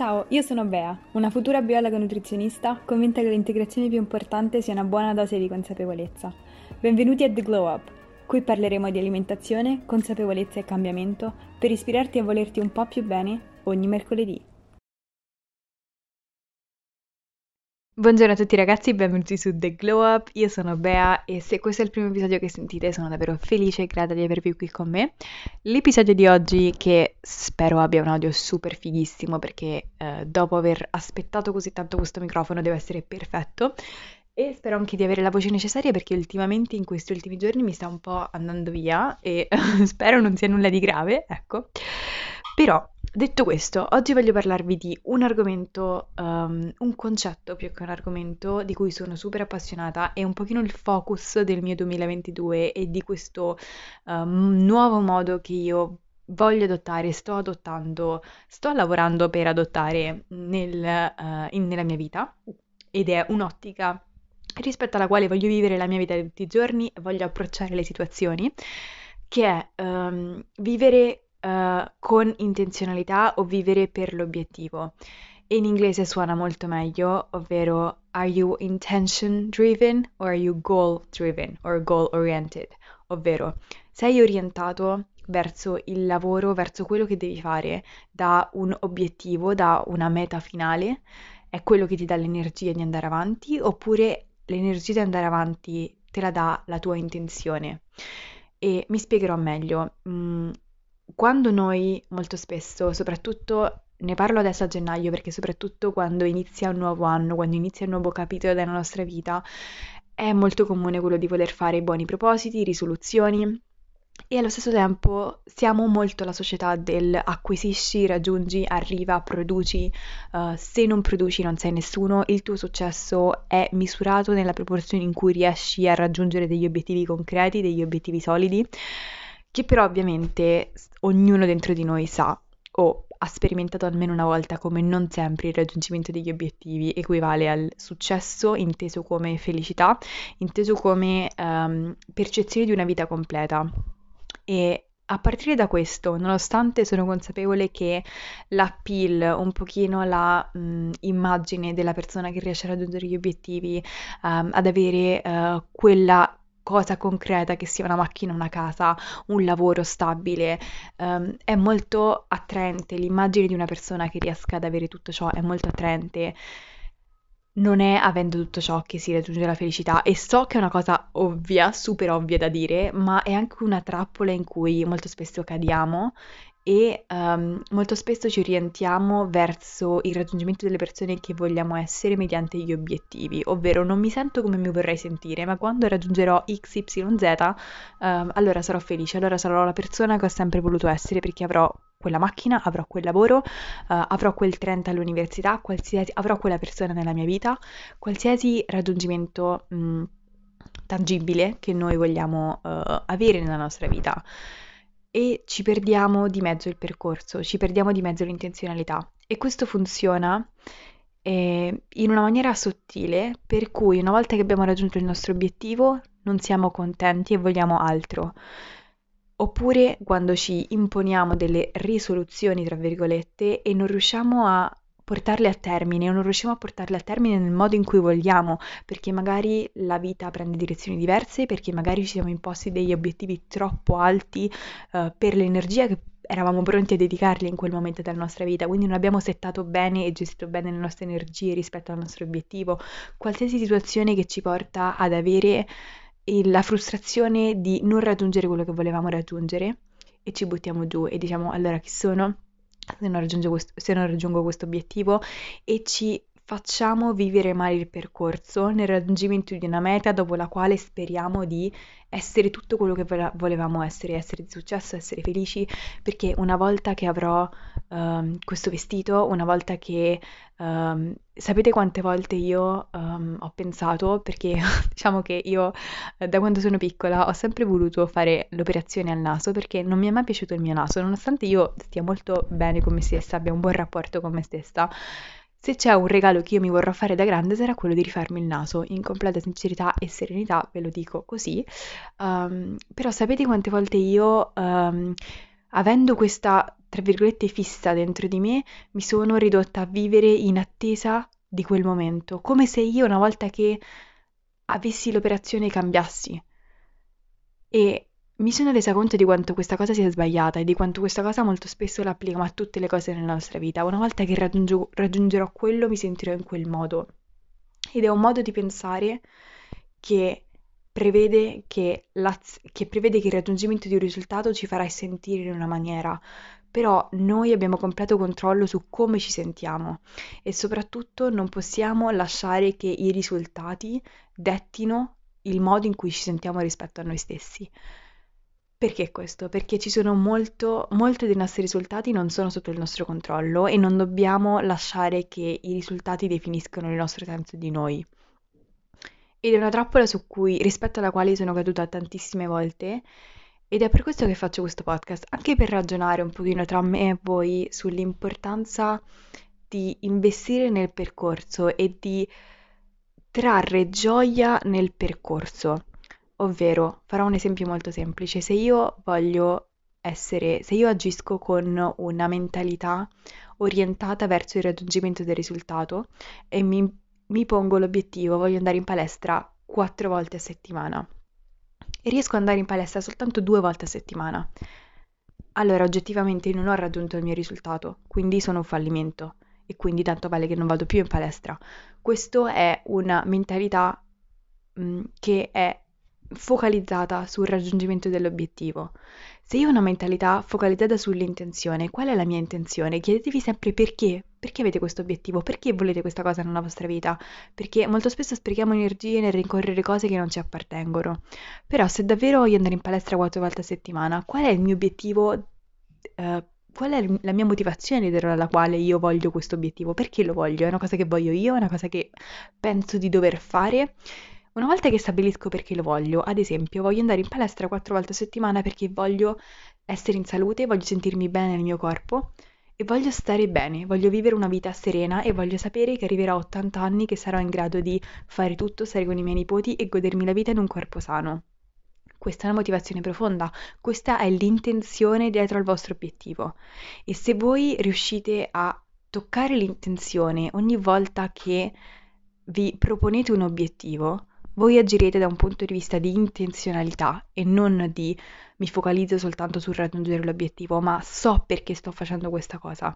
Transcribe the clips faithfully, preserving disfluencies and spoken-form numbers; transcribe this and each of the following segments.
Ciao, io sono Bea, una futura biologa nutrizionista convinta che l'integrazione più importante sia una buona dose di consapevolezza. Benvenuti a The Glow Up. Qui parleremo di alimentazione, consapevolezza e cambiamento per ispirarti a volerti un po' più bene ogni mercoledì. Buongiorno a tutti ragazzi, benvenuti su The Glow Up, io sono Bea e se questo è il primo episodio che sentite sono davvero felice e grata di avervi qui con me. L'episodio di oggi, che spero abbia un audio super fighissimo perché eh, dopo aver aspettato così tanto questo microfono deve essere perfetto, e spero anche di avere la voce necessaria perché ultimamente in questi ultimi giorni mi sta un po' andando via e spero non sia nulla di grave, ecco. Però, detto questo, oggi voglio parlarvi di un argomento, um, un concetto più che un argomento di cui sono super appassionata e un pochino il focus del mio duemilaventidue e di questo um, nuovo modo che io voglio adottare, sto adottando, sto lavorando per adottare nel, eh, in- nella mia vita, ed è un'ottica rispetto alla quale voglio vivere la mia vita di tutti i giorni, voglio approcciare le situazioni, che è ehm, vivere eh, con intenzionalità o vivere per l'obiettivo. E in inglese suona molto meglio, ovvero are you intention driven or are you goal driven or goal oriented? Ovvero sei orientato verso il lavoro, verso quello che devi fare da un obiettivo, da una meta finale, è quello che ti dà l'energia di andare avanti, oppure l'energia di andare avanti te la dà la tua intenzione. E mi spiegherò meglio. Mm, quando noi molto spesso, soprattutto ne parlo adesso a gennaio, perché soprattutto quando inizia un nuovo anno, quando inizia un nuovo capitolo della nostra vita, è molto comune quello di voler fare buoni propositi, risoluzioni, e allo stesso tempo siamo molto la società del acquisisci, raggiungi, arriva, produci. Uh, se non produci non sei nessuno, il tuo successo è misurato nella proporzione in cui riesci a raggiungere degli obiettivi concreti, degli obiettivi solidi, che però ovviamente s- ognuno dentro di noi sa o ha sperimentato almeno una volta come non sempre il raggiungimento degli obiettivi equivale al successo, inteso come felicità, inteso come ehm, percezione di una vita completa. E a partire da questo, nonostante sono consapevole che l'appeal, un pochino la mh, immagine della persona che riesce a raggiungere gli obiettivi, ehm, ad avere eh, quella cosa concreta che sia una macchina, una casa, un lavoro stabile, ehm, è molto attraente. L'immagine di una persona che riesca ad avere tutto ciò è molto attraente. Non è avendo tutto ciò che si raggiunge la felicità, e so che è una cosa ovvia, super ovvia da dire, ma è anche una trappola in cui molto spesso cadiamo e ehm, molto spesso ci orientiamo verso il raggiungimento delle persone che vogliamo essere mediante gli obiettivi, ovvero non mi sento come mi vorrei sentire, ma quando raggiungerò X Y Z, ehm, allora sarò felice, allora sarò la persona che ho sempre voluto essere perché avrò quella macchina, avrò quel lavoro, eh, avrò quel trenta all'università, qualsiasi, avrò quella persona nella mia vita, qualsiasi raggiungimento mh, tangibile che noi vogliamo eh, avere nella nostra vita. E ci perdiamo di mezzo il percorso, ci perdiamo di mezzo l'intenzionalità. E questo funziona eh, in una maniera sottile, per cui una volta che abbiamo raggiunto il nostro obiettivo non siamo contenti e vogliamo altro. Oppure quando ci imponiamo delle risoluzioni, tra virgolette, e non riusciamo a portarle a termine, o non riusciamo a portarle a termine nel modo in cui vogliamo, perché magari la vita prende direzioni diverse, perché magari ci siamo imposti degli obiettivi troppo alti, eh, per l'energia che eravamo pronti a dedicarli in quel momento della nostra vita, quindi non abbiamo settato bene e gestito bene le nostre energie rispetto al nostro obiettivo. Qualsiasi situazione che ci porta ad avere il- la frustrazione di non raggiungere quello che volevamo raggiungere, e ci buttiamo giù e diciamo allora chi sono se non raggiungo questo, se non raggiungo questo obiettivo, e ci facciamo vivere male il percorso nel raggiungimento di una meta dopo la quale speriamo di essere tutto quello che vole- volevamo essere, essere di successo, essere felici, perché una volta che avrò ehm, questo vestito, una volta che ehm, sapete quante volte io ehm, ho pensato, perché diciamo che io eh, da quando sono piccola ho sempre voluto fare l'operazione al naso perché non mi è mai piaciuto il mio naso, nonostante io stia molto bene con me stessa, abbia un buon rapporto con me stessa. Se c'è un regalo che io mi vorrò fare da grande sarà quello di rifarmi il naso, in completa sincerità e serenità, ve lo dico così. Um, però sapete quante volte io, um, avendo questa tra virgolette, fissa dentro di me, mi sono ridotta a vivere in attesa di quel momento, come se io una volta che avessi l'operazione cambiassi. E mi sono resa conto di quanto questa cosa sia sbagliata e di quanto questa cosa molto spesso la applichiamo a tutte le cose nella nostra vita. Una volta che raggiungo- raggiungerò quello, mi sentirò in quel modo. Ed è un modo di pensare che prevede che, l'az- che prevede che il raggiungimento di un risultato ci farà sentire in una maniera, però noi abbiamo completo controllo su come ci sentiamo e soprattutto non possiamo lasciare che i risultati dettino il modo in cui ci sentiamo rispetto a noi stessi. Perché questo? Perché ci sono molto, molti dei nostri risultati non sono sotto il nostro controllo e non dobbiamo lasciare che i risultati definiscano il nostro senso di noi. Ed è una trappola su cui, rispetto alla quale sono caduta tantissime volte, ed è per questo che faccio questo podcast, anche per ragionare un pochino tra me e voi sull'importanza di investire nel percorso e di trarre gioia nel percorso. Ovvero, farò un esempio molto semplice, se io voglio essere, se io agisco con una mentalità orientata verso il raggiungimento del risultato e mi, mi pongo l'obiettivo, voglio andare in palestra quattro volte a settimana e riesco ad andare in palestra soltanto due volte a settimana, allora oggettivamente non ho raggiunto il mio risultato, quindi sono un fallimento e quindi tanto vale che non vado più in palestra. Questa è una mentalità mh, che è focalizzata sul raggiungimento dell'obiettivo. Se io ho una mentalità focalizzata sull'intenzione, qual è la mia intenzione? Chiedetevi sempre perché. Perché avete questo obiettivo? Perché volete questa cosa nella vostra vita? Perché molto spesso sprechiamo energie nel rincorrere cose che non ci appartengono. Però se davvero voglio andare in palestra quattro volte a settimana, qual è il mio obiettivo? eh, Qual è la mia motivazione dietro alla quale io voglio questo obiettivo? Perché lo voglio? È una cosa che voglio io? È una cosa che penso di dover fare? Una volta che stabilisco perché lo voglio, ad esempio, voglio andare in palestra quattro volte a settimana perché voglio essere in salute, voglio sentirmi bene nel mio corpo e voglio stare bene, voglio vivere una vita serena e voglio sapere che arriverò a ottanta anni che sarò in grado di fare tutto, stare con i miei nipoti e godermi la vita in un corpo sano. Questa è una motivazione profonda, questa è l'intenzione dietro al vostro obiettivo. E se voi riuscite a toccare l'intenzione ogni volta che vi proponete un obiettivo, voi agirete da un punto di vista di intenzionalità e non di mi focalizzo soltanto sul raggiungere l'obiettivo, ma so perché sto facendo questa cosa.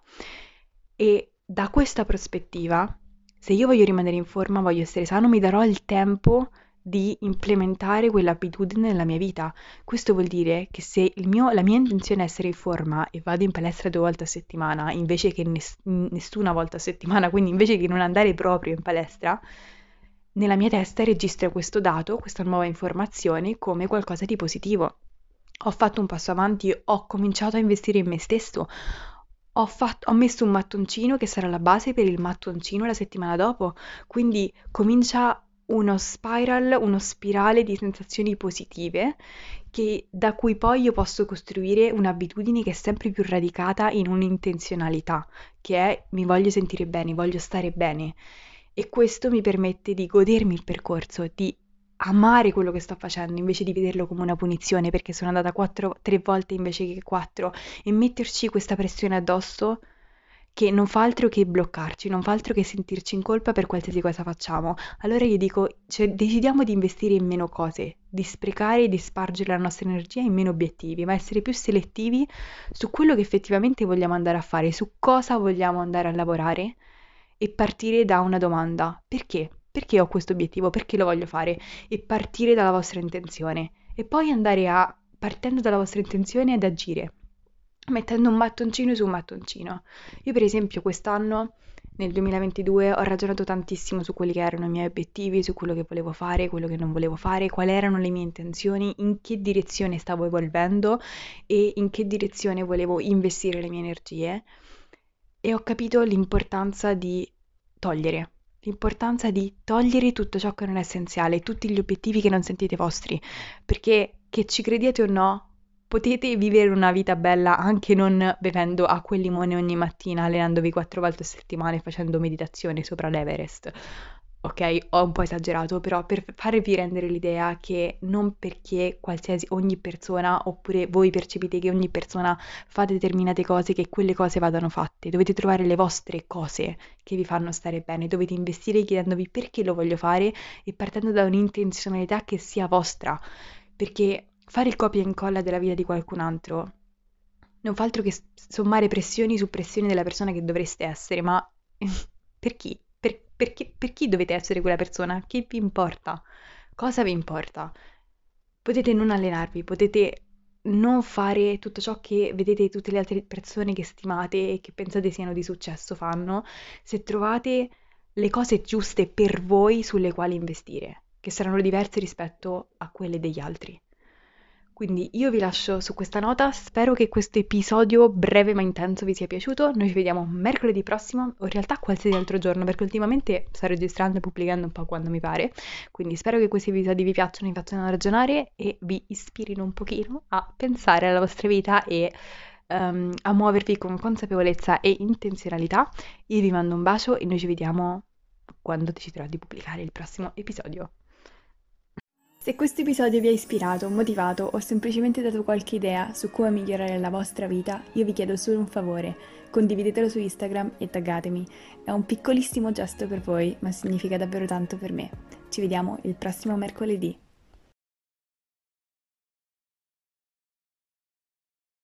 E da questa prospettiva, se io voglio rimanere in forma, voglio essere sano, mi darò il tempo di implementare quell'abitudine nella mia vita. Questo vuol dire che se il mio- la mia intenzione è essere in forma e vado in palestra due volte a settimana invece che ness- nessuna volta a settimana, quindi invece che non andare proprio in palestra, nella mia testa registro questo dato, questa nuova informazione come qualcosa di positivo. Ho fatto un passo avanti, ho cominciato a investire in me stesso, ho, fatto- ho messo un mattoncino che sarà la base per il mattoncino la settimana dopo, quindi comincia uno spiral, uno spirale di sensazioni positive che- da cui poi io posso costruire un'abitudine che è sempre più radicata in un'intenzionalità, che è mi voglio sentire bene, voglio stare bene. E questo mi permette di godermi il percorso, di amare quello che sto facendo invece di vederlo come una punizione perché sono andata quattro, tre volte invece che quattro e metterci questa pressione addosso che non fa altro che bloccarci, non fa altro che sentirci in colpa per qualsiasi cosa facciamo. Allora io dico, cioè, decidiamo di investire in meno cose, di sprecare e di spargere la nostra energia in meno obiettivi, ma essere più selettivi su quello che effettivamente vogliamo andare a fare, su cosa vogliamo andare a lavorare e partire da una domanda: perché? Perché ho questo obiettivo? Perché lo voglio fare? E partire dalla vostra intenzione e poi andare a, partendo dalla vostra intenzione, ad agire, mettendo un mattoncino su un mattoncino. Io per esempio quest'anno, nel duemilaventidue, ho ragionato tantissimo su quelli che erano i miei obiettivi, su quello che volevo fare, quello che non volevo fare, quali erano le mie intenzioni, in che direzione stavo evolvendo e in che direzione volevo investire le mie energie e ho capito l'importanza di togliere, l'importanza di togliere tutto ciò che non è essenziale, tutti gli obiettivi che non sentite vostri, perché che ci crediate o no, potete vivere una vita bella anche non bevendo acqua e limone ogni mattina, allenandovi quattro volte a settimana e facendo meditazione sopra l'Everest. ok, ho un po' esagerato, però per farvi rendere l'idea che non perché qualsiasi, ogni persona, oppure voi percepite che ogni persona fa determinate cose, che quelle cose vadano fatte. Dovete trovare le vostre cose che vi fanno stare bene, dovete investire chiedendovi perché lo voglio fare e partendo da un'intenzionalità che sia vostra, perché fare il copia e incolla della vita di qualcun altro non fa altro che s- sommare pressioni su pressioni della persona che dovreste essere, ma per chi? Per, per chi? Per chi dovete essere quella persona? Che vi importa? Cosa vi importa? Potete non allenarvi, potete non fare tutto ciò che vedete tutte le altre persone che stimate e che pensate siano di successo fanno, se trovate le cose giuste per voi sulle quali investire, che saranno diverse rispetto a quelle degli altri. Quindi io vi lascio su questa nota, spero che questo episodio breve ma intenso vi sia piaciuto, noi ci vediamo mercoledì prossimo o in realtà qualsiasi altro giorno perché ultimamente sto registrando e pubblicando un po' quando mi pare, quindi spero che questi episodi vi piacciono, vi facciano ragionare e vi ispirino un pochino a pensare alla vostra vita e ehm, a muovervi con consapevolezza e intenzionalità. Io vi mando un bacio e noi ci vediamo quando deciderò di pubblicare il prossimo episodio. Se questo episodio vi ha ispirato, motivato o semplicemente dato qualche idea su come migliorare la vostra vita, io vi chiedo solo un favore: condividetelo su Instagram e taggatemi. È un piccolissimo gesto per voi, ma significa davvero tanto per me. Ci vediamo il prossimo mercoledì.